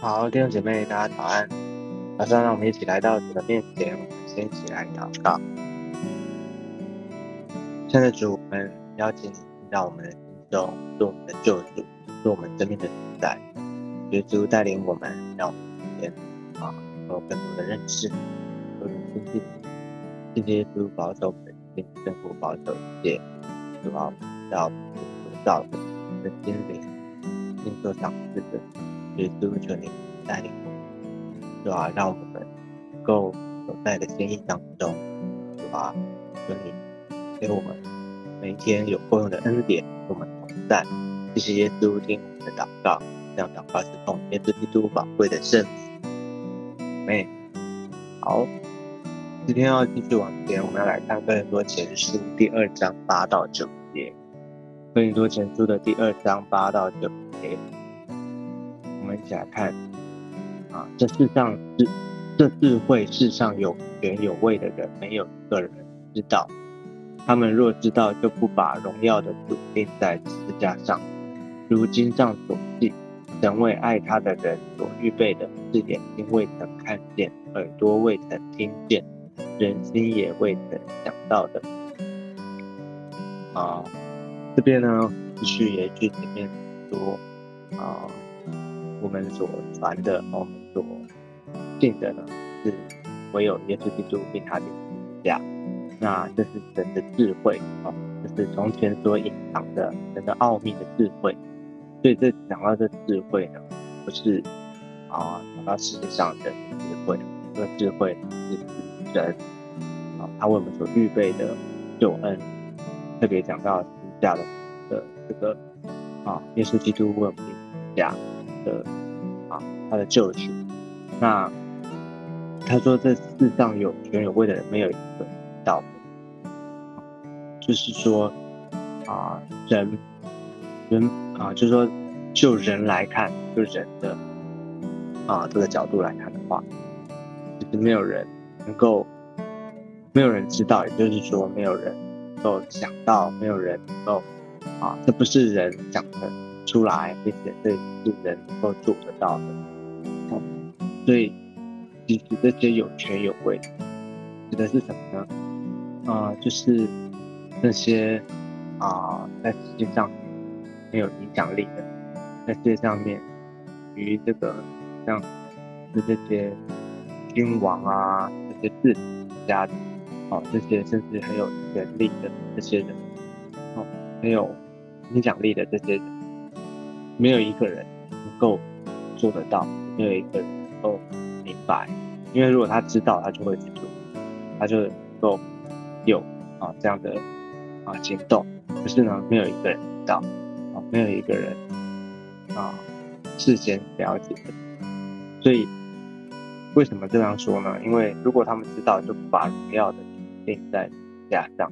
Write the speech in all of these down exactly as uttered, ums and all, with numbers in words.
好，弟兄姐妹，大家早安。马上让我们一起来到主的面前，我们先一起来祷告。现在主，我们邀请你进到我们的心中，做我们的救主，做我们生命的主宰。耶稣带领我们，让我们今天啊有更多的认识，更多的亲近你。谢谢耶稣保守我们的心，胜过保守一切。主啊，我们到所造的的心灵，心所赏赐的。耶稣求你带领我们，主啊，让我们能够走在的心意当中。主啊，求你给我们每一天有够用的恩典，与我们同在。谢谢耶稣听我们的祷告，这样祷告是奉耶稣基督宝贵的圣名。阿们。好，今天要继续往前，我们要来看哥林多前书第二章八到九节。哥林多前书的第二章八到九节，我们一起来看啊，这世上智这智慧世上有权有位的人，没有一个人知道。他们若知道，就不把荣耀的主钉在十字架上。如经上所记，神为爱他的人所预备的，是眼睛未曾看见，耳朵未曾听见，人心也未曾想到的。啊，这边呢，继续延续前面说啊，我们所传的，我们所信的呢，是唯有耶稣基督并他的十字架。那这是神的智慧，哦，这是从前所隐藏的神的奥秘的智慧。所以这讲到这智慧呢，不是啊讲到世界上人的智慧，这个智慧是指人啊他为我们所预备的救恩。特别讲到十字架的的这个啊耶稣基督为我们十字架的啊他的救赎。那他说这世上有权有位的人，没有一个道的，就是说啊人人啊，就是说就人来看，就人的啊这个角度来看的话，其实没有人能够，没有人知道，也就是说没有人能够想到，没有人能够啊，这不是人讲得出来，并且这是人能够做得到的。哦，所以其实这些有权有位指的是什么呢？啊，就是那些啊在世界上没有影响力的，在世界上面与这个像是这些君王啊，这些治理家的，哦，这些甚至很有权力的这些人，哦，很有影响力的这些人，没有一个人能够做得到，没有一个人能够明白，因为如果他知道，他就会去做，他就能够有啊这样的啊行动。可是呢，没有一个人知道，啊，没有一个人啊事先了解的。所以为什么这样说呢？因为如果他们知道，就不把荣耀的钉在十字架上。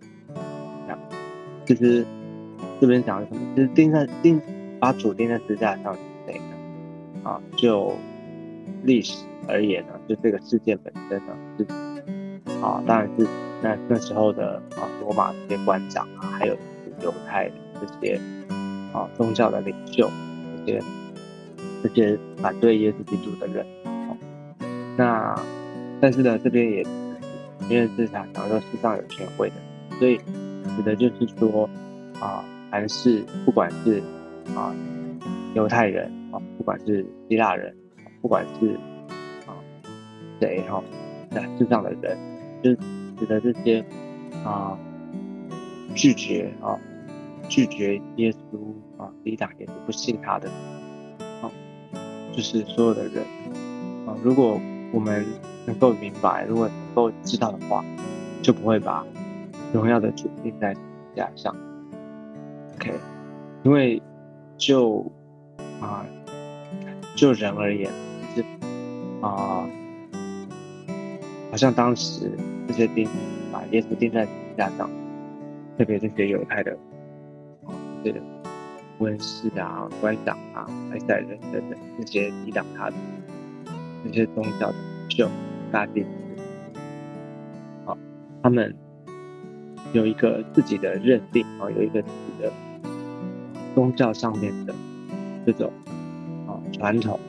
其实这边讲的什么？其实钉在钉把主钉在十字架上是谁呢？啊，就历史而言呢，就这个事件本身呢是啊，当然是那那时候的啊罗马这些官长啊，还有犹太这些啊宗教的领袖，这些这些反对耶稣基督的人。哦，那但是呢，这边也因为是讲说世上有权位的，所以指的就是说啊，凡是不管是啊犹太人啊，不管是希腊人，不管是啊谁哈，在世上的人，就是指的这些啊拒绝啊拒绝耶稣啊，抵挡耶稣不信他的啊，就是所有的人啊，如果我们能够明白，如果能够知道的话，就不会把荣耀的主钉在十字架上。OK， 因为就啊就人而言，就是啊，好像当时这些钉把耶稣钉在十字架上，特别这些犹太的啊这些文士啊、官长啊、外在人等等这些抵挡他的这些宗教的领袖、大祭司，好，他们有一个自己的认定，啊，有一个自己的宗教上面的这种啊传统，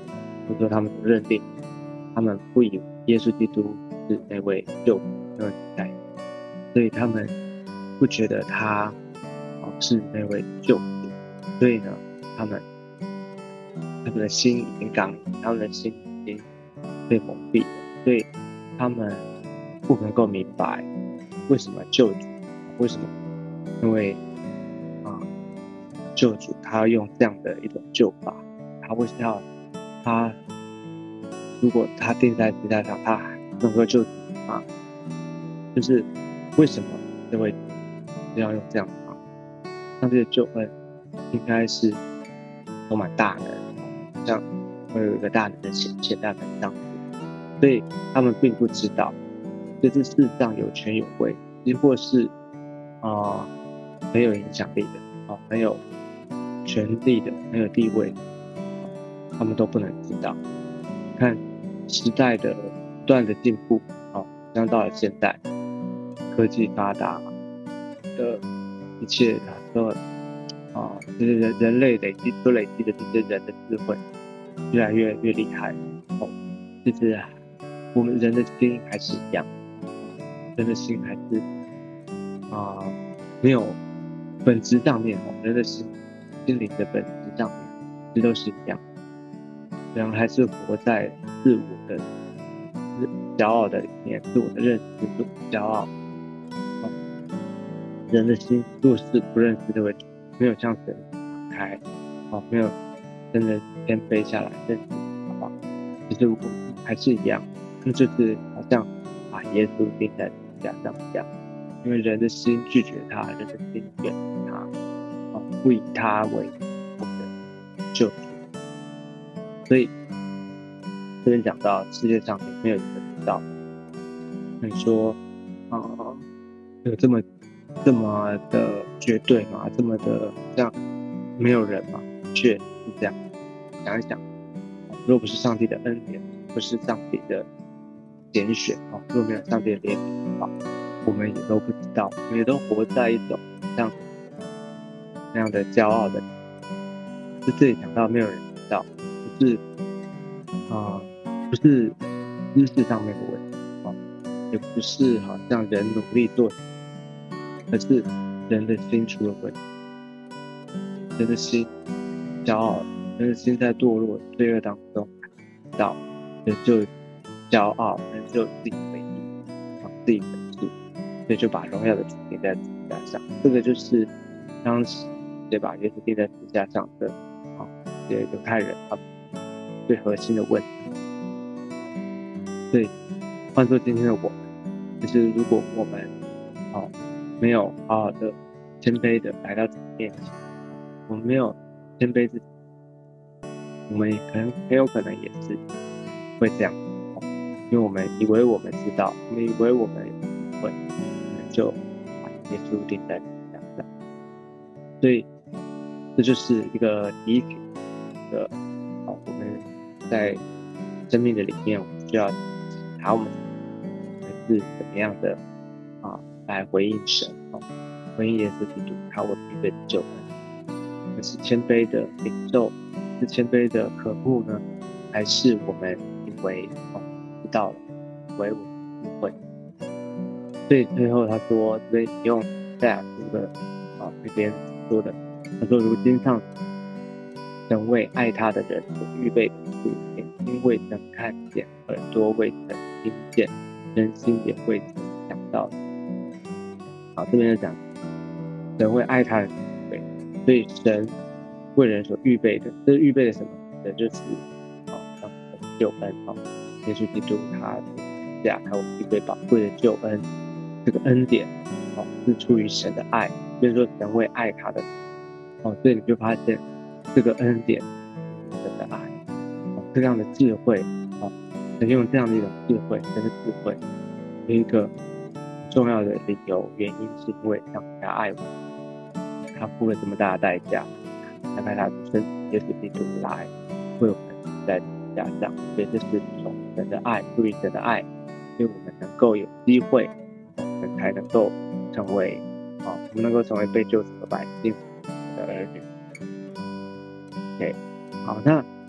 或者说他们认定，他们不以耶稣基督是那位救主那位弥赛亚，所以他们不觉得他哦是那位救主，所以呢，他们他们的心已经刚硬，他们的心已经被蒙蔽了，所以他们不能够明白为什么救主，为什么因为啊、呃、救主他要用这样的一种救法，他为什么要他如果他钉在十字架上，他还能够救主吗？就是为什么这位主要用这样的方式？上帝的救恩应该是充满大能，像会有一个大能的显现在人上面，所以他们并不知道，这是世上有权有位，亦或是啊、呃、很有影响力的啊、呃、很有权力的、很有地位的，他们都不能知道。你看时代的不断的进步，哦，像到了现代，科技发达的一切，都啊，这些人人类累积都累积的这些人的智慧，越来越越厉害。哦，就是我们人的心还是一样，人的心还是啊、呃、没有本质上面哦，人的心心灵的本质上面，这都是一样。人还是活在自我的骄傲的里面，自我的认知，自我的骄傲。哦，人的心若是不认识这位主，没有向神敞开，哦，没有真的谦卑下来认识的话，其实我们还是一样，那就是好像把耶稣钉在十字架上一样，因为人的心拒绝他，人的心远离他，哦，不以他为我们的救主。所以这边讲到世界上没有人知道，你说啊、呃，有这么这么的绝对吗？这么的这样没有人吗？确是这样。想一想，如果不是上帝的恩典，不是上帝的拣选哦，如果没有上帝的怜悯的话，我们也都不知道，我们也都活在一种像那样的骄傲的。就这里讲到没有人知道，不是啊、呃，不是知识上面的问题哦，也不是好像人努力做，而是人的心出了问题，人的心骄傲，人的心在堕落罪恶当中，到人就骄傲，人就自以为意，啊，自以为是，所以就把荣耀的主钉在十字架上。这个就是当时也把耶稣钉在十字架上的啊，这些犹太人他们最核心的问题。所以换作今天的我们，就是如果我们哦没有好好的谦卑的来到主面前，我们没有谦卑自己，我们可能很有可能也是会这样，哦，因为我们以为我们知道，我们以为我们有智慧，我们就把耶稣钉在十字架上。所以这就是一个提醒的，哦，我们在生命的里面，我们需要查我们是怎么样的啊来回应神，哦，回应耶稣基督他为预备的救恩。我们是谦卑的领受，是谦卑的渴慕呢，还是我们以为哦知道了，以为我们智慧？所以最后他说，这边引用赛亚书的啊这边说的，他说如今上神为爱他的人所预备的事，眼睛未曾看见，耳朵未曾听见，人心也未曾想到的。好，这边就讲神为爱他的人预备，所以神为人所预备的，这是预备的什么？这就是哦，他们的救恩哦，耶稣基督他下他为预备宝贵的救恩，这个恩典哦是出于神的爱，所以说神为爱他的人哦，所以你就发现这个恩典是神的爱哦，这样的智慧哦，神用这样的一种智慧，神的智慧有一个重要的理由原因，是因为上帝他爱我们，他付了这么大的代价，他派他独生子耶稣基督来为我们在十字架上，所以这是从神的爱，出于神的爱，所以我们能够有机会，我们才能够成为啊，我们能够成为被救赎的百姓的儿女。OK， 好，那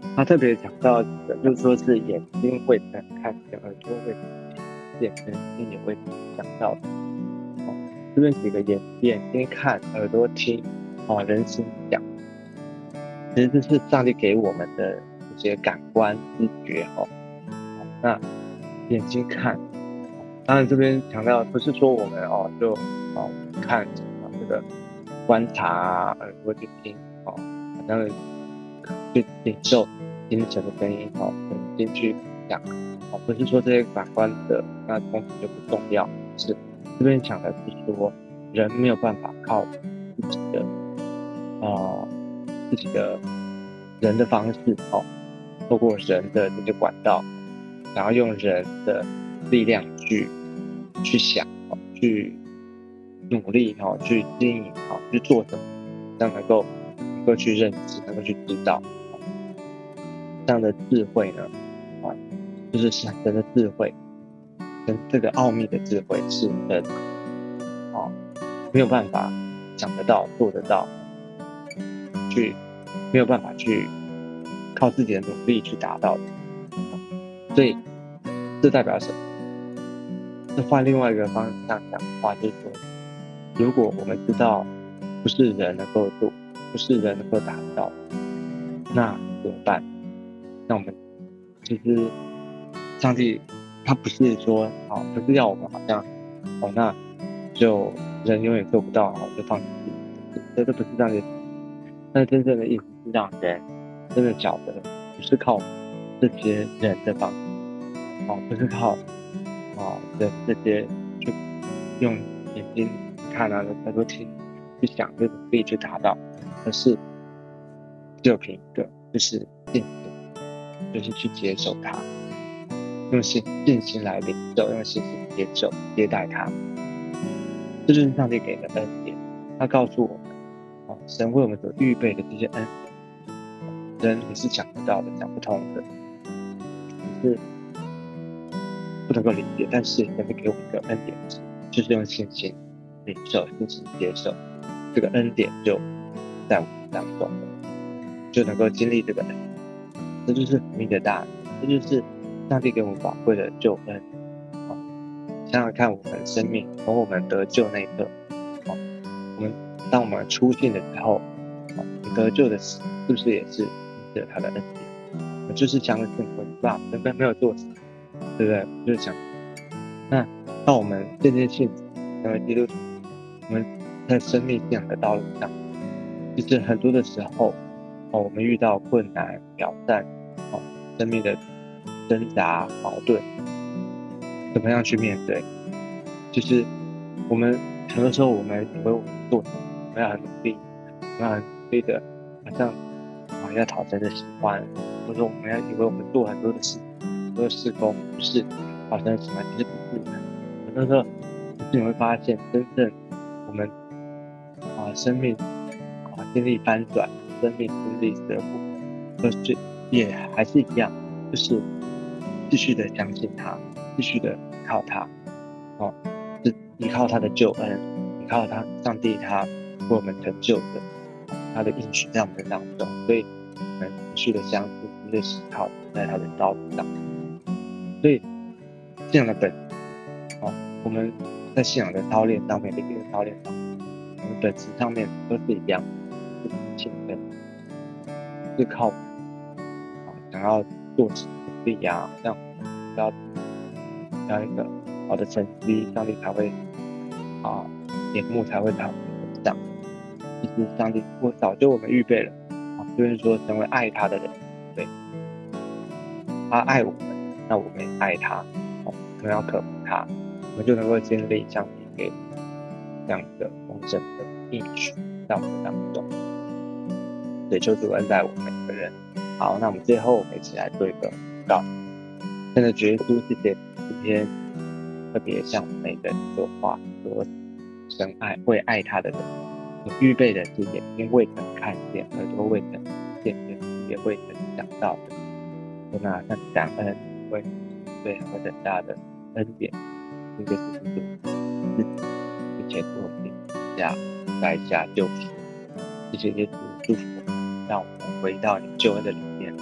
他特别讲到的，就是说是眼睛未曾看见，耳朵未曾听见，人心也未曾想到的。哦，这边几个眼眼睛看，耳朵听，哦，人心想，其实这是上帝给我们的一些感官知觉哦。那眼睛看，当然这边强调不是说我们哦就哦看啊这个观察啊，耳朵去听哦，好像去领受精神的声音哦，神经去想哦，不是说这些感官的那东西就不重要，是这边讲的是说人没有办法靠自己的呃自己的人的方式哦，透过人的这些管道，然后用人的力量去去想哦，去努力哦，去经营哦，去做什么，这样能够能够去认知，能够去知道。这样的智慧呢，啊，就是神的智慧，跟这个奥秘的智慧是人啊没有办法想得到、做得到，去没有办法去靠自己的努力去达到的。所以这代表什么？这换另外一个方向讲的话，就是说，如果我们知道不是人能够做，不是人能够达到，那怎么办？那我们其实上帝他不是说好，不是要我们好像哦，那就人永远做不到，哦，就放弃自己，这这不是上帝。那真正的意思是让人真的晓得，不是靠这些人的方式，哦，不是靠哦人这些去用眼睛看啊，耳朵听，去想，去努力去达到，而是只有凭一个，就是信心，就是去接受它。用信信心来领受，用信心接受接待他，这就是上帝给的恩典。他告诉我们，哦，神为我们所预备的这些恩典，人你是想不到的，想不通的，你是不能够理解。但是神给我们一个恩典，就是用信心领受，信心接受，这个恩典就在我们当中了，就能够经历这个恩典。这就是福音的大能，这就是上帝给我们宝贵的救恩。哦，想想看，我们的生命从我们得救那一刻，哦，我们当我们出信的时候，哦，得救的是是不是也是凭着他的恩典？我就是相信我们爸根本没有做什么，对不对？就是想，那当我们渐渐信成为基督徒，我们在生命信仰的道路上，其实很多的时候，哦，我们遇到困难、挑战，哦，生命的挣扎、矛盾，怎么样去面对？就是我们很多时候，我们以为我们做什么，我们要很努力，我们要很努力的，好像啊要讨神的喜欢，或者说我们要以为我们做很多的事，很多的事工，不是讨神的喜欢，其实不是的。很多时候，可是你会发现，真正我们啊生命啊经历翻转，生命经历折磨，可是也还是一样，就是继续的相信他，继续的靠他，哦，是依靠他的救恩，依靠他上帝他为我们成就的他的应许在我们的当中，所以我们持续的相信，持续的依靠在他的道路上。所以信仰的本质，哦，我们在信仰的操练上面，每一个操练上面，我们本质上面都是一样，是信跟是靠啊想要做事努力呀，这样要要一个好的成绩，上帝才会啊眼目才会在我们身上。其实上帝我早就我们预备了啊，就是说成为爱他的人，对，他爱我们，那我们也爱他，哦，我们要渴慕他，我们就能够经历上帝给这样的丰盛的应许在我们当中。所以求主恩待我们每个人。好，那我们最后我们一起来做一个祷告。真的，主耶稣，谢谢今天特别向我们每个人说话，说神爱会爱他的人，所预备的是眼睛未曾看见，耳朵未曾听见，人也未曾想到的。说那向感恩，为对何等大的恩典，这个是基督自己，并且为我们下摘下救赎。谢谢耶稣祝福我们，让我们回到你救恩的里面，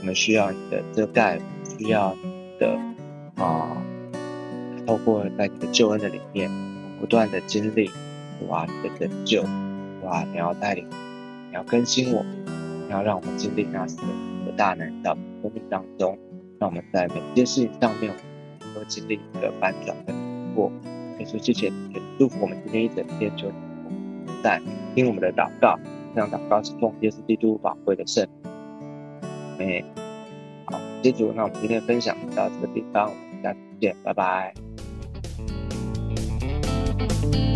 我们需要你的遮盖，需要你的啊、呃，透过在你的救恩的里面，不断的经历，哇，你的拯救，哇，你要带领，你要更新我们，你要让我们经历那时的大能到生命当中，让我们在每件事情上面都经历一个翻转的突破。耶稣，谢谢你，祝福我们今天一整天，求你在听我们的祷告，这样祷告是奉耶稣基督宝贵的圣名。好，接着那我们今天的分享到这个地方，我们下次见，拜拜。